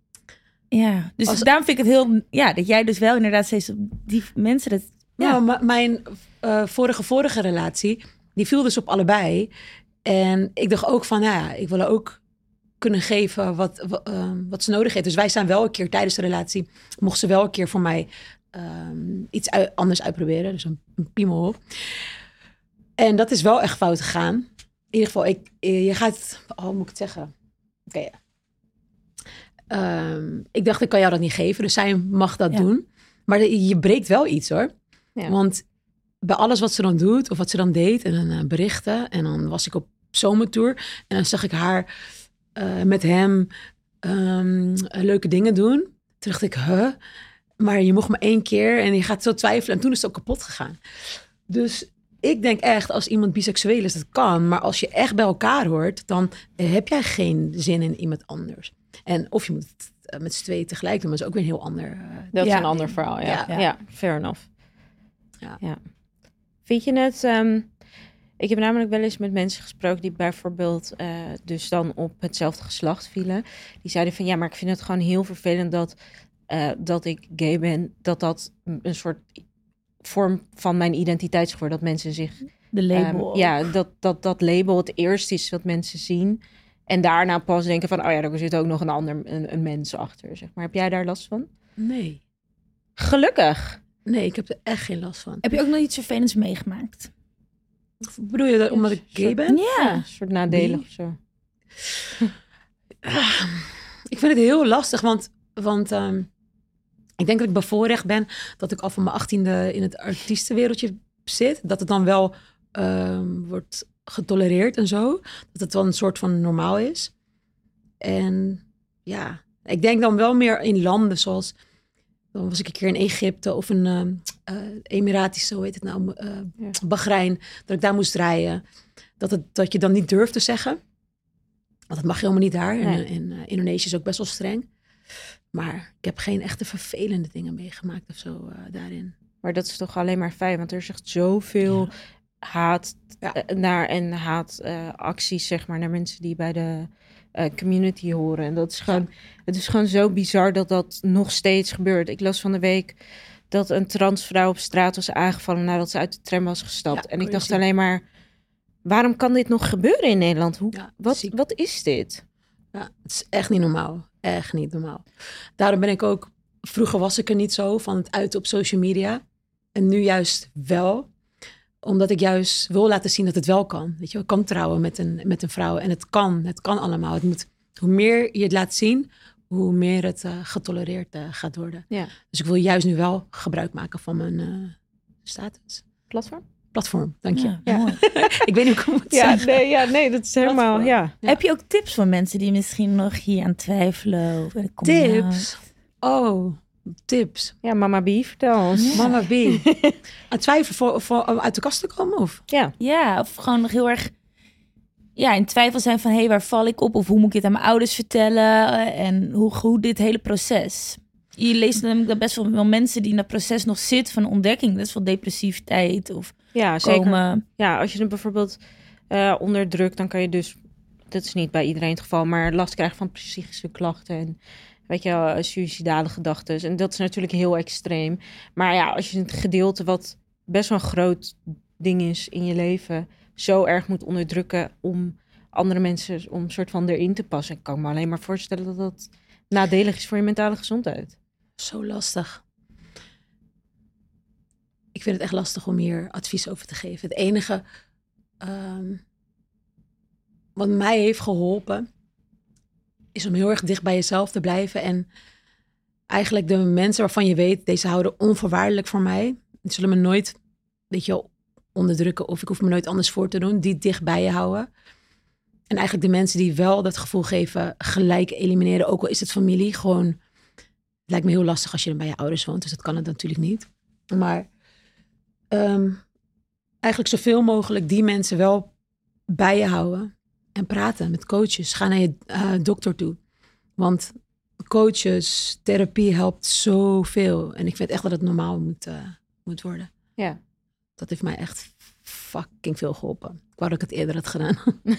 Ja, dus als, daarom vind ik het heel... Ja, dat jij dus wel inderdaad steeds op die mensen... Dat, ja, nou, m- mijn uh, vorige vorige relatie, die viel dus op allebei. En ik dacht ook van, nou ja, ik wil ook kunnen geven wat, wat, uh, wat ze nodig heeft. Dus wij zijn wel een keer tijdens de relatie, mocht ze wel een keer voor mij um, iets uit, anders uitproberen. Dus een, een piemel. En dat is wel echt fout gegaan. In ieder geval, ik, je gaat... Oh, hoe moet ik het zeggen? Oké, okay, ja. um, ik dacht, ik kan jou dat niet geven. Dus zij mag dat ja. doen. Maar de, je breekt wel iets, hoor. Ja. Want bij alles wat ze dan doet, of wat ze dan deed, en dan uh, berichten. En dan was ik op zomertour. En dan zag ik haar uh, met hem um, leuke dingen doen. Toen dacht ik, huh? Maar je mocht maar één keer. En je gaat zo twijfelen. En toen is het ook kapot gegaan. Dus... Ik denk echt, als iemand biseksueel is, dat kan. Maar als je echt bij elkaar hoort, dan heb jij geen zin in iemand anders. En of je moet het met z'n tweeën tegelijk doen, maar dat is ook weer een heel ander... Uh, dat is ja. een ander verhaal, ja. Ja, ja. ja fair enough. Ja. Ja. Vind je het... Um, ik heb namelijk wel eens met mensen gesproken die bijvoorbeeld uh, dus dan op hetzelfde geslacht vielen. Die zeiden van, ja, maar ik vind het gewoon heel vervelend dat, uh, dat ik gay ben. Dat dat een soort... vorm van mijn identiteit geworden, dat mensen zich... De label. Um, ja, dat, dat dat label het eerst is wat mensen zien. En daarna pas denken van, oh ja, er zit ook nog een ander een, een mens achter, zeg maar. Heb jij daar last van? Nee. Gelukkig. Nee, ik heb er echt geen last van. Heb je ook nog iets vervelends meegemaakt? Bedoel je dat omdat ik gay ben? Ja, een soort nadelig Wie? of zo. Ik vind het heel lastig, want, want um, ik denk dat ik bevoorrecht ben dat ik al van mijn achttiende in het artiestenwereldje zit. Dat het dan wel um, wordt getolereerd en zo. Dat het wel een soort van normaal is. En ja, ik denk dan wel meer in landen zoals... Dan was ik een keer in Egypte of een uh, uh, Emiratische, hoe heet het nou, uh, Ja. Bahrein. Dat ik daar moest rijden. Dat, het, dat je dan niet durft te zeggen. Want dat mag je helemaal niet daar. Nee. En, en uh, Indonesië is ook best wel streng. Maar ik heb geen echte vervelende dingen meegemaakt of zo uh, daarin. Maar dat is toch alleen maar fijn, want er is echt zoveel Ja. haat Ja. eh, naar en haatacties, uh, zeg maar, naar mensen die bij de uh, community horen. En dat is gewoon, het is gewoon zo bizar dat dat nog steeds gebeurt. Ik las van de week dat een transvrouw op straat was aangevallen nadat ze uit de tram was gestapt. Ja, en ik crazy. dacht alleen maar, waarom kan dit nog gebeuren in Nederland? Hoe, Ja, wat, ziek. wat is dit? Ja, het is echt niet normaal. Echt niet normaal. Daarom ben ik ook... Vroeger was ik er niet zo van het uiten op social media. En nu juist wel. Omdat ik juist wil laten zien dat het wel kan. Weet je, ik kan trouwen met een, met een vrouw. En het kan. Het kan allemaal. Het moet, hoe meer je het laat zien, hoe meer het uh, getolereerd uh, gaat worden. Ja. Dus ik wil juist nu wel gebruik maken van mijn uh, status. Platform? Platform, dank je. Ja, Ja. mooi. Ik weet niet hoe ik het moet Ja, zeggen. nee, ja, nee, dat is helemaal, Platform. ja. Ja. Heb je ook tips voor mensen die misschien nog hier aan twijfelen? Of bij de coming Tips? Oh, tips. Ja, Mama B, vertel ons. Ja. Mama B. Aan twijfelen voor, voor, om uit de kast te komen? Of? Ja. out? Ja, of gewoon nog heel erg ja, in twijfel zijn van... hé, hey, waar val ik op? Of hoe moet ik dit aan mijn ouders vertellen? En hoe, hoe dit hele proces... Je leest namelijk dat best wel, wel mensen die in dat proces nog zitten van ontdekking. Best wel depressiviteit of Ja, zeker. komen. Ja, als je het bijvoorbeeld uh, onderdrukt, dan kan je dus, dat is niet bij iedereen het geval, maar last krijgen van psychische klachten en weet je wel, uh, suïcidale gedachten. En dat is natuurlijk heel extreem. Maar ja, als je het gedeelte wat best wel een groot ding is in je leven, zo erg moet onderdrukken om andere mensen, om een soort van erin te passen. Ik kan me alleen maar voorstellen dat dat nadelig is voor je mentale gezondheid. Zo lastig. Ik vind het echt lastig om hier advies over te geven. Het enige um, wat mij heeft geholpen, is om heel erg dicht bij jezelf te blijven. En eigenlijk de mensen waarvan je weet, deze houden onvoorwaardelijk voor mij. Die zullen me nooit, weet je wel, onderdrukken of ik hoef me nooit anders voor te doen. Die dicht bij je houden. En eigenlijk de mensen die wel dat gevoel geven, gelijk elimineren. Ook al is het familie, gewoon... Het lijkt me heel lastig als je dan bij je ouders woont. Dus dat kan het natuurlijk niet. Maar um, eigenlijk zoveel mogelijk die mensen wel bij je houden. En praten met coaches. Ga naar je uh, dokter toe. Want coaches, therapie helpt zoveel. En ik vind echt dat het normaal moet, uh, moet worden. Ja. Dat heeft mij echt fucking veel geholpen. Ik wou dat ik het eerder had gedaan.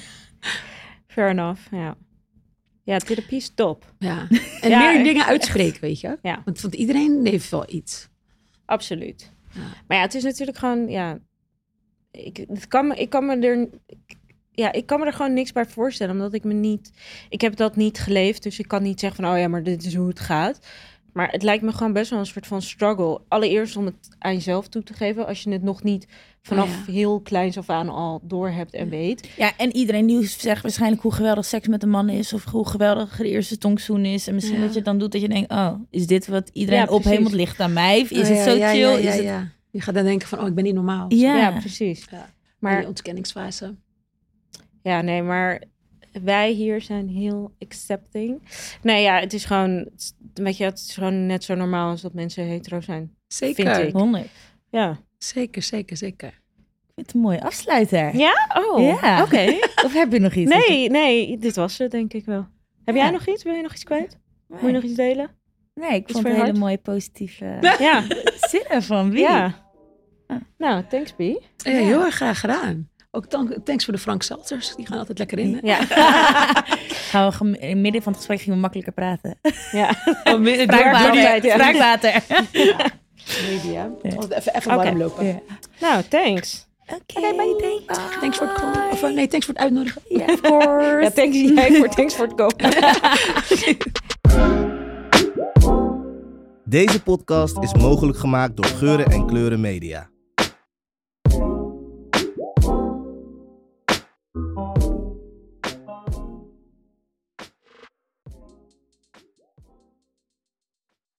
Fair enough, ja. Ja, therapie is top. Ja. En Ja, meer echt, dingen uitspreken, weet je. Ja. Want, want iedereen heeft wel iets. Absoluut. Ja. Maar ja, het is natuurlijk gewoon, ja... Ik, het kan me, ik kan me er... Ik, ja, ik kan me er gewoon niks bij voorstellen, omdat ik me niet... Ik heb dat niet geleefd, dus ik kan niet zeggen van... Oh ja, maar dit is hoe het gaat. Maar het lijkt me gewoon best wel een soort van struggle. Allereerst om het aan jezelf toe te geven, als je het nog niet vanaf Oh ja. heel kleins af aan al door hebt en weet. Ja, en iedereen die zegt waarschijnlijk hoe geweldig seks met een man is... of hoe geweldig de eerste tongzoen is. En misschien Ja. dat je het dan doet dat je denkt... oh, is dit wat iedereen Ja, precies. ophemelt ligt aan mij? Of is Oh, het ja, zo ja, chill? Ja, ja, is het... ja. Je gaat dan denken van, oh, ik ben niet normaal. Ja. Ja, precies. Ja. Maar Maar die ontkenningsfase. ja, nee, maar wij hier zijn heel accepting. Nee, ja, het is gewoon... Het, weet je, het is gewoon net zo normaal als dat mensen hetero zijn. Zeker. Vind ik. honderd. Ja. Zeker, zeker, zeker. Ik vind het een mooie afsluiter. Ja? Oh, Ja. oké. Of heb je nog iets? Nee, nee, dit was het denk ik wel. Heb Ja. jij nog iets? Wil je nog iets kwijt? Nee. Moet je nog iets delen? Nee, ik Iets vond voor het je een hele hart? mooie positieve Ja. zin ervan. Wie? Ja. Ah. Nou, thanks B. Ja, heel erg graag gedaan. Ook dank, thanks voor de Frank Seltzers. Die gaan altijd lekker in. Hè? Ja. Gaan we gem- in het midden van het gesprek gingen we makkelijker praten. Ja. Oh, midden- door- Spraakwater. door die- tijd, ja. Spraakwater. Media. Ja. Altijd Even, even Oké. warm lopen. Ja. Nou, thanks. Oké, okay, bye. Thanks voor het komen. Of nee, thanks voor het uitnodigen. Ja, yeah, of course. Ja, thanks, jij voor, thanks voor het komen. Deze podcast is mogelijk gemaakt door Geuren en Kleuren Media.